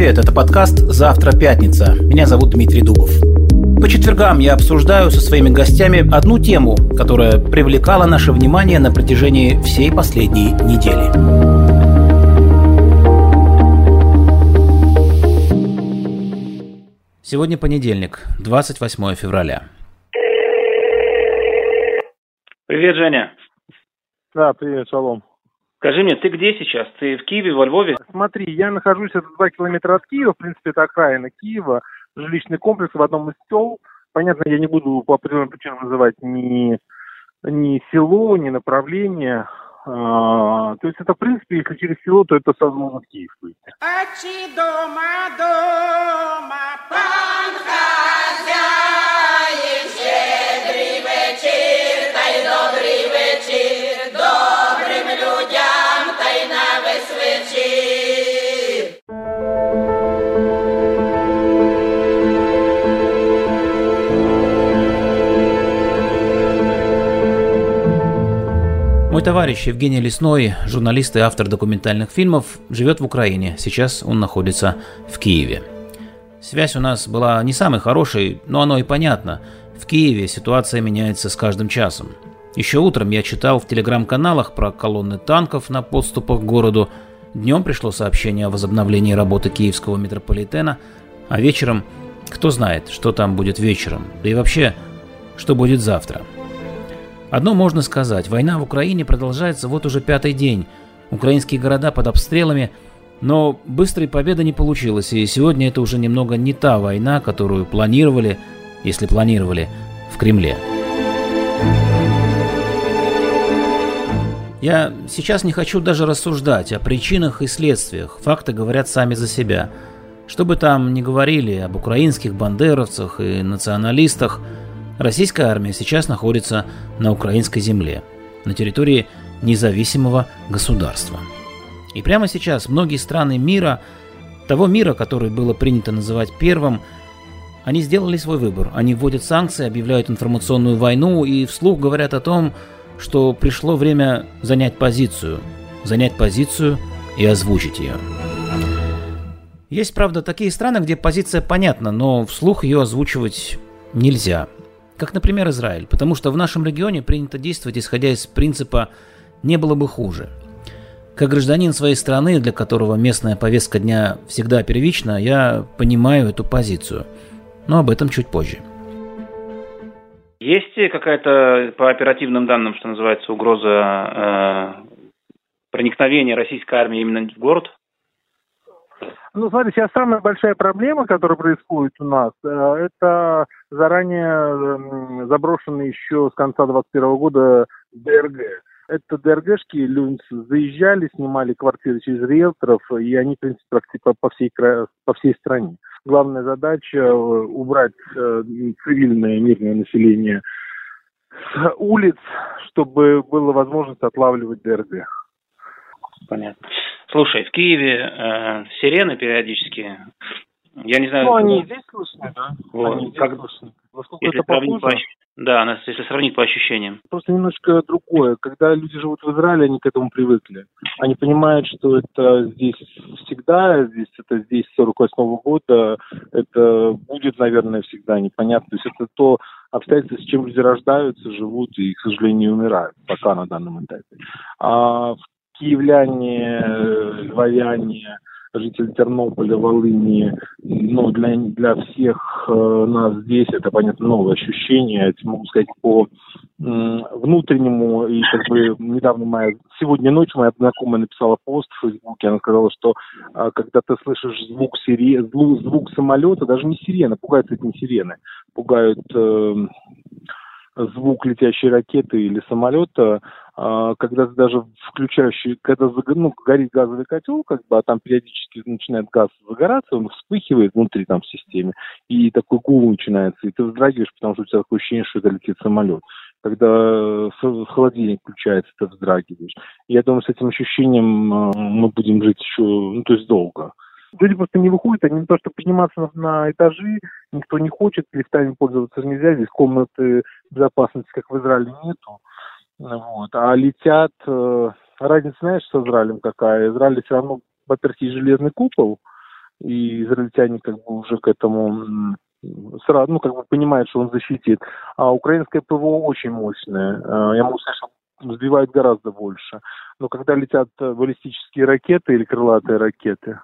привет, это подкаст «Завтра пятница». Меня зовут Дмитрий Дубов. По четвергам я обсуждаю со своими гостями одну тему, которая привлекала наше внимание на протяжении всей последней недели. Сегодня понедельник, 28 февраля. Привет, Женя. Да, привет, шалом. Скажи мне, ты где сейчас? Ты в Киеве, во Львове? Смотри, я нахожусь 2 километра от Киева, в принципе, это окраина Киева, жилищный комплекс в одном из сел. Понятно, я не буду по определенным причинам называть ни село, ни направление. То есть это, в принципе, если через село, то это сразу можно в Киев выйти. Пан хазяїн, щедрий вечір, та й добрий вечір, добрим людям, та й на весь вечір. Мой товарищ Евгений Лесной, журналист и автор документальных фильмов, живет в Украине. Сейчас он находится в Киеве. Связь у нас была не самой хорошей, но оно и понятно. В Киеве ситуация меняется с каждым часом. Еще утром я читал в телеграм-каналах про колонны танков на подступах к городу. Днем пришло сообщение о возобновлении работы киевского метрополитена, а вечером кто знает, что там будет вечером, да и вообще, что будет завтра. Одно можно сказать, война в Украине продолжается вот уже 5-й день. Украинские города под обстрелами, но быстрой победы не получилось, и сегодня это уже немного не та война, которую планировали, если планировали, в Кремле. Я сейчас не хочу даже рассуждать о причинах и следствиях, факты говорят сами за себя. Что бы там ни говорили об украинских бандеровцах и националистах, российская армия сейчас находится на украинской земле, на территории независимого государства. И прямо сейчас многие страны мира, того мира, который было принято называть первым, они сделали свой выбор. Они вводят санкции, объявляют информационную войну и вслух говорят о том, что пришло время занять позицию и озвучить ее. Есть, правда, такие страны, где позиция понятна, но вслух ее озвучивать нельзя. Как, например, Израиль, потому что в нашем регионе принято действовать, исходя из принципа «не было бы хуже». Как гражданин своей страны, для которого местная повестка дня всегда первична, я понимаю эту позицию. Но об этом чуть позже. Есть какая-то, по оперативным данным, что называется, угроза проникновения российской армии именно в город? Ну, смотри, сейчас самая большая проблема, которая происходит у нас, это заранее заброшенный еще с конца 2021 года ДРГ. Это ДРГшки, люди заезжали, снимали квартиры через риэлторов, и они, в принципе, практически по всей стране. Главная задача – убрать цивильное мирное население с улиц, чтобы была возможность отлавливать ДРГ. Понятно. Слушай, в Киеве сирены периодически, я не знаю... Ну, они здесь слышны, да? Вот. Они здесь слышны. Насколько если это похоже? Да, если сравнить по ощущениям. Просто немножко другое. Когда люди живут в Израиле, они к этому привыкли. Они понимают, что это здесь всегда, здесь с 48 года, это будет, наверное, всегда непонятно. То есть это то обстоятельство, с чем люди рождаются, живут и, к сожалению, умирают пока на данном этапе. А киевляне, львовяне, жители Тернополя, Волыни, ну, для всех нас здесь это, понятно, новое ощущение, могу сказать, по внутреннему, и как бы недавно сегодня ночью моя знакомая написала пост в Фейсбуке, она сказала, что когда ты слышишь звук самолета, даже не сирена, пугают эти не сирены, пугают звук летящей ракеты или самолета, когда даже когда горит газовый котел, как бы, а там периодически начинает газ загораться, он вспыхивает внутри там в системе, и такой гул начинается, и ты вздрагиваешь, потому что у тебя такое ощущение, что это летит самолет. Когда холодильник включается, ты вздрагиваешь. Я думаю, с этим ощущением мы будем жить еще, то есть долго. Люди просто не выходят, они не то, что подниматься на этажи, никто не хочет, лифтами пользоваться нельзя, здесь комнаты безопасности, как в Израиле, нету. Вот. А летят, разница, знаешь, с Израилем какая? Израиль все равно, во-первых, есть железный купол, и израильтяне как бы уже к этому сразу, ну, как бы понимают, что он защитит. А украинское ПВО очень мощное. Я могу сказать, что сбивает гораздо больше. Но когда летят баллистические ракеты или крылатые ракеты,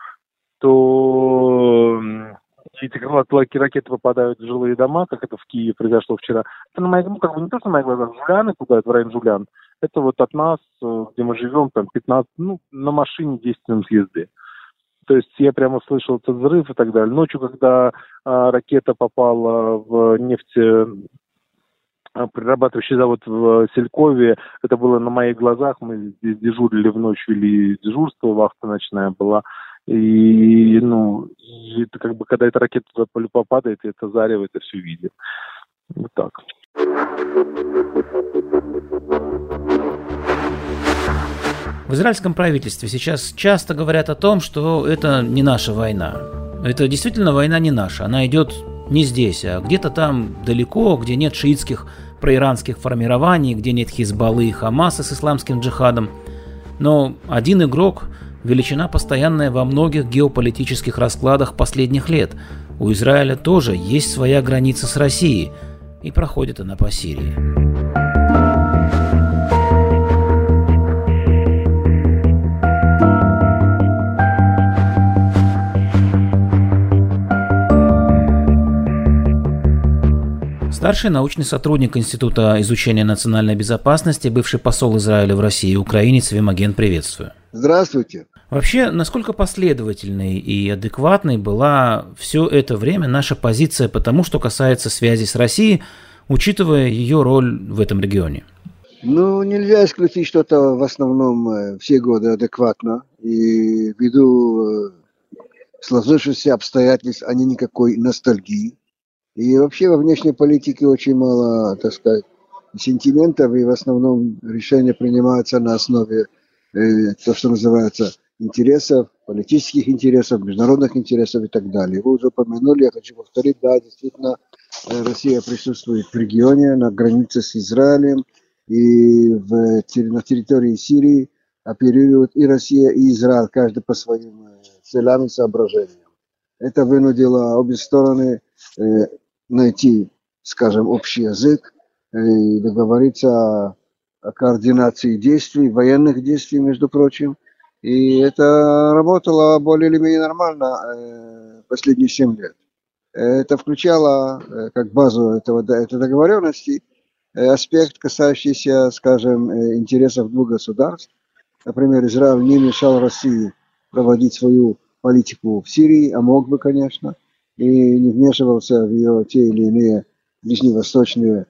то эти крылатые ракеты попадают в жилые дома, как это в Киеве произошло вчера. Это на моих, ну, как бы не то, что на моих глазах, Жуляны пугают, в районе Жулян. Это вот от нас, где мы живем, там 15, ну, на машине 10 минут езды. То есть я прямо слышал этот взрыв и так далее. Ночью, когда ракета попала в нефтеперерабатывающий завод в Селькове, это было на моих глазах. Мы здесь дежурили в ночь, вели дежурство, вахта ночная была. И, ну, и это как бы, когда эта ракета туда попадает, это зарево, это все видит. Вот так. В израильском правительстве сейчас часто говорят о том, что это не наша война. Это действительно война не наша. Она идет не здесь, а где-то там далеко, где нет шиитских проиранских формирований, где нет Хизбаллы и Хамаса с исламским джихадом. Но один игрок – величина постоянная во многих геополитических раскладах последних лет. У Израиля тоже есть своя граница с Россией, и проходит она по Сирии. Старший научный сотрудник Института изучения национальной безопасности, бывший посол Израиля в России и Украине Цвимаген, приветствую. Здравствуйте. Вообще, насколько последовательной и адекватной была все это время наша позиция по тому, что касается связи с Россией, учитывая ее роль в этом регионе? Ну, нельзя исключить, что это в основном все годы адекватно. И ввиду сложившихся обстоятельств, а не никакой ностальгии. И вообще во внешней политике очень мало, так сказать, сентиментов, и в основном решения принимаются на основе то, что называется интересов, политических интересов, международных интересов и так далее. Вы уже упомянули, я хочу повторить, да, действительно, Россия присутствует в регионе, на границе с Израилем, и на территории Сирии оперируют и Россия, и Израиль, каждый по своим целям и соображениям. Это вынудило обе стороны найти, скажем, общий язык и договориться о координации действий, военных действий, между прочим. И это работало более или менее нормально последние 7 лет. Это включало как базу этой договоренности аспект, касающийся, скажем, интересов двух государств. Например, Израиль не мешал России проводить свою политику в Сирии, а мог бы, конечно, и не вмешивался в ее те или иные ближневосточные,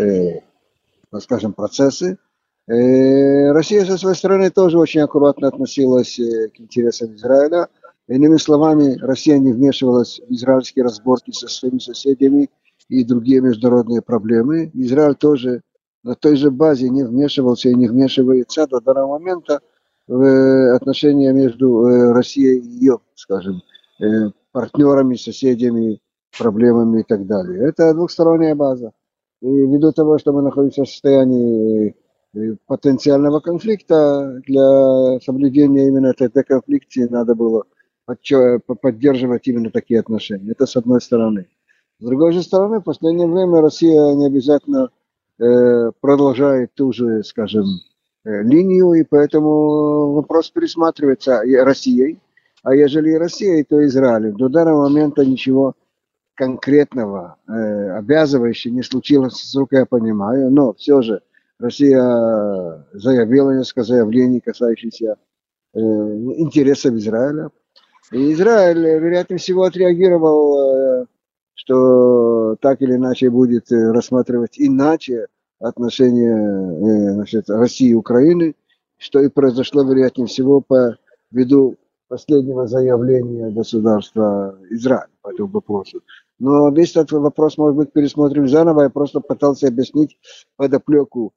скажем, процессы. Россия со своей стороны тоже очень аккуратно относилась к интересам Израиля. Иными словами, Россия не вмешивалась в израильские разборки со своими соседями и другие международные проблемы. Израиль тоже на той же базе не вмешивался и не вмешивается до данного момента в отношения между Россией и ее, скажем, партнерами, соседями, проблемами и так далее. Это двухсторонняя база. И ввиду того, что мы находимся в состоянии потенциального конфликта, для соблюдения именно этой деконфликции надо было поддерживать именно такие отношения. Это с одной стороны. С другой же стороны, в последнее время Россия не обязательно продолжает ту же, скажем, линию, и поэтому вопрос пересматривается Россией. А ежели и Россией, то Израилем. До данного момента ничего конкретного, обязывающего не случилось, насколько я понимаю, но все же Россия заявила несколько заявлений, касающихся интересов Израиля. И Израиль, вероятнее всего, отреагировал, что так или иначе будет рассматривать иначе отношения, значит, России и Украины, что и произошло, вероятнее всего, по ввиду последнего заявления государства Израиль по этому вопросу. Но весь этот вопрос может быть пересмотрен заново. Я просто пытался объяснить подоплеку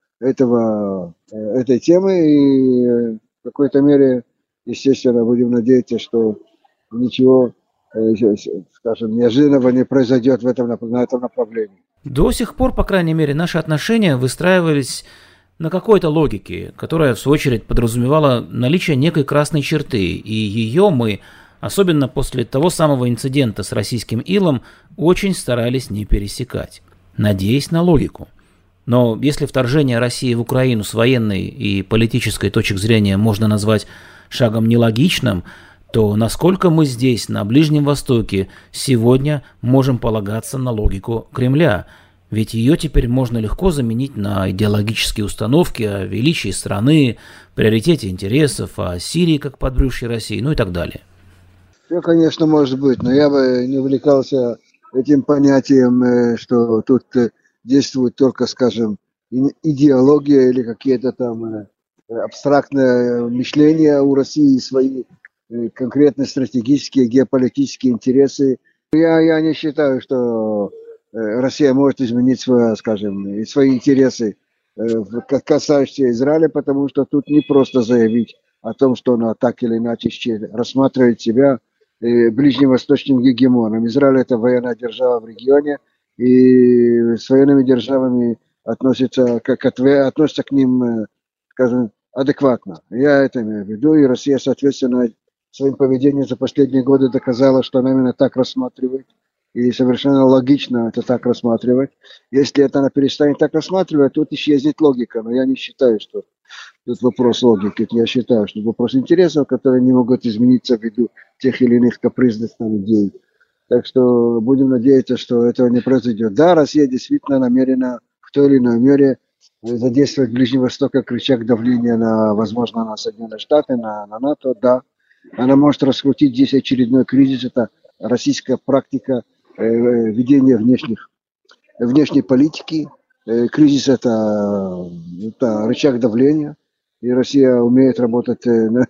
этой темы, и в какой-то мере, естественно, будем надеяться, что ничего, скажем, неожиданного не произойдет на этом направлении. До сих пор, по крайней мере, наши отношения выстраивались на какой-то логике, которая, в свою очередь, подразумевала наличие некой красной черты, и ее мы особенно после того самого инцидента с российским Илом, очень старались не пересекать, надеясь на логику. Но если вторжение России в Украину с военной и политической точек зрения можно назвать шагом нелогичным, то насколько мы здесь, на Ближнем Востоке, сегодня можем полагаться на логику Кремля? Ведь ее теперь можно легко заменить на идеологические установки о величии страны, приоритете интересов, о Сирии как подбрюшье России, ну и так далее. Все, конечно, может быть, но я бы не увлекался этим понятием, что тут действует только, скажем, идеология или какие-то там абстрактное мышление у России, свои конкретные стратегические, геополитические интересы. Я не считаю, что Россия может изменить свои, скажем, свои интересы, касающиеся Израиля, потому что тут не просто заявить о том, что она так или иначе рассматривает себя ближневосточным гегемоном. Израиль – это военная держава в регионе, и с военными державами относятся к ним, скажем, адекватно. Я это имею в виду, и Россия, соответственно, своим поведением за последние годы доказала, что она именно так рассматривает. И совершенно логично это так рассматривать. Если это она перестанет так рассматривать, тут исчезнет логика. Но я не считаю, что тут вопрос логики. Я считаю, что вопрос интересов, которые не могут измениться ввиду тех или иных капризных идей. Так что будем надеяться, что этого не произойдет. Да, Россия действительно намерена в той или иной мере задействовать Ближний Восток как рычаг давления на, возможно, на Соединенные Штаты, на НАТО. Да, она может раскрутить здесь очередной кризис. Это российская практика ведения внешней политики. Кризис – это рычаг давления, и Россия умеет работать,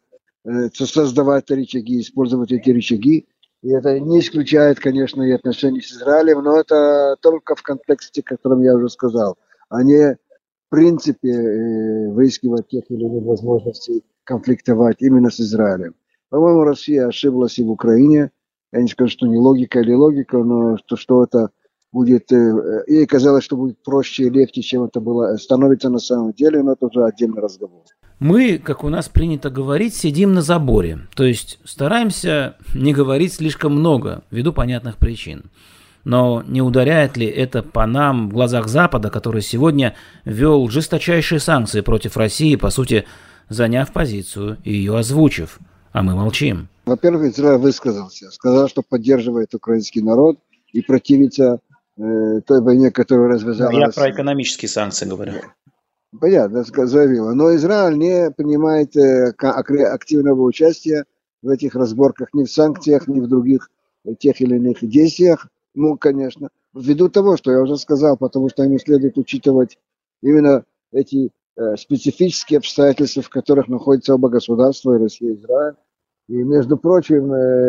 создавать рычаги, использовать эти рычаги. И это не исключает, конечно, и отношений с Израилем, но это только в контексте, о котором я уже сказал, а не в принципе выискивать тех или иных возможностей конфликтовать именно с Израилем. По-моему, Россия ошиблась и в Украине. Я не скажу, что не логика или логика, но что это будет... Ей казалось, что будет проще и легче, чем это было, становится на самом деле, но это уже отдельный разговор. Мы, как у нас принято говорить, сидим на заборе. То есть стараемся не говорить слишком много, ввиду понятных причин. Но не ударяет ли это по нам в глазах Запада, который сегодня ввел жесточайшие санкции против России, по сути, заняв позицию и ее озвучив? А мы молчим. Во-первых, Израиль высказался, сказал, что поддерживает украинский народ и противится той войне, которую развязала Россия. Я про экономические санкции говорю. Понятно, заявила. Но Израиль не принимает активного участия в этих разборках, ни в санкциях, ни в других тех или иных действиях. Ну, конечно, ввиду того, что я уже сказал, потому что им следует учитывать именно эти специфические обстоятельства, в которых находятся оба государства, и Россия, и Израиль. И, между прочим,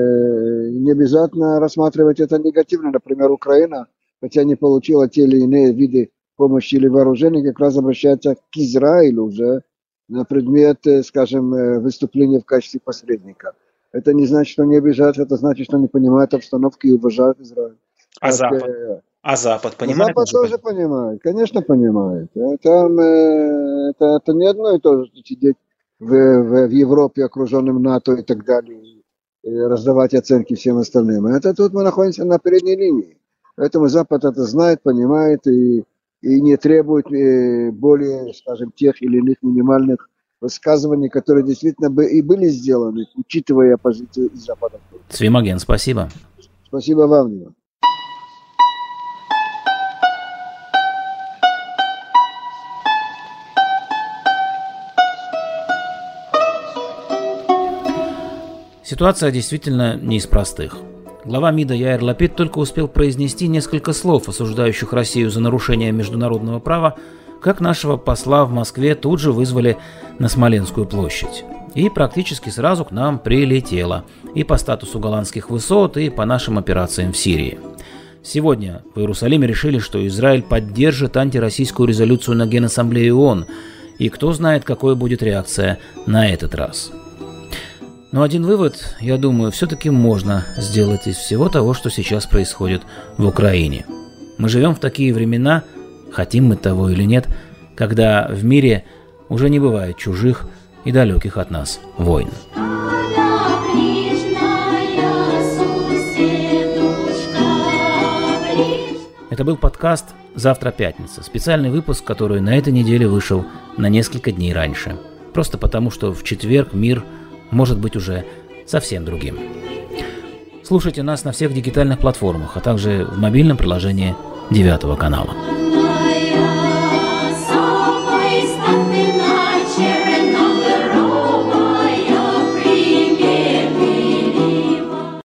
не обязательно рассматривать это негативно. Например, Украина, хотя не получила те или иные виды помощи или вооружений, как раз обращается к Израилю уже на предмет, скажем, выступления в качестве посредника. Это не значит, что не обижают, это значит, что не понимают обстановки и уважают Израиль. Запад понимает? Запад тоже понимает, конечно понимает. Это не одно и то же сидеть в Европе, окруженным НАТО и так далее, и раздавать оценки всем остальным. Это тут мы находимся на передней линии. Поэтому Запад это знает, понимает и не требует более, скажем, тех или иных минимальных высказываний, которые действительно и были сделаны, учитывая позицию из Запада. Цвимаген, спасибо. Спасибо вам, Нина. Ситуация действительно не из простых. Глава МИДа Яир Лапид только успел произнести несколько слов, осуждающих Россию за нарушение международного права, как нашего посла в Москве тут же вызвали на Смоленскую площадь. И практически сразу к нам прилетело. И по статусу Голландских высот, и по нашим операциям в Сирии. Сегодня в Иерусалиме решили, что Израиль поддержит антироссийскую резолюцию на Генассамблее ООН. И кто знает, какой будет реакция на этот раз. Но один вывод, я думаю, все-таки можно сделать из всего того, что сейчас происходит в Украине. Мы живем в такие времена, хотим мы того или нет, когда в мире уже не бывает чужих и далеких от нас войн. Она ближняя Это был подкаст «Завтра пятница», специальный выпуск, который на этой неделе вышел на несколько дней раньше. Просто потому, что в четверг мир может быть уже совсем другим. Слушайте нас на всех дигитальных платформах, а также в мобильном приложении 9 канала.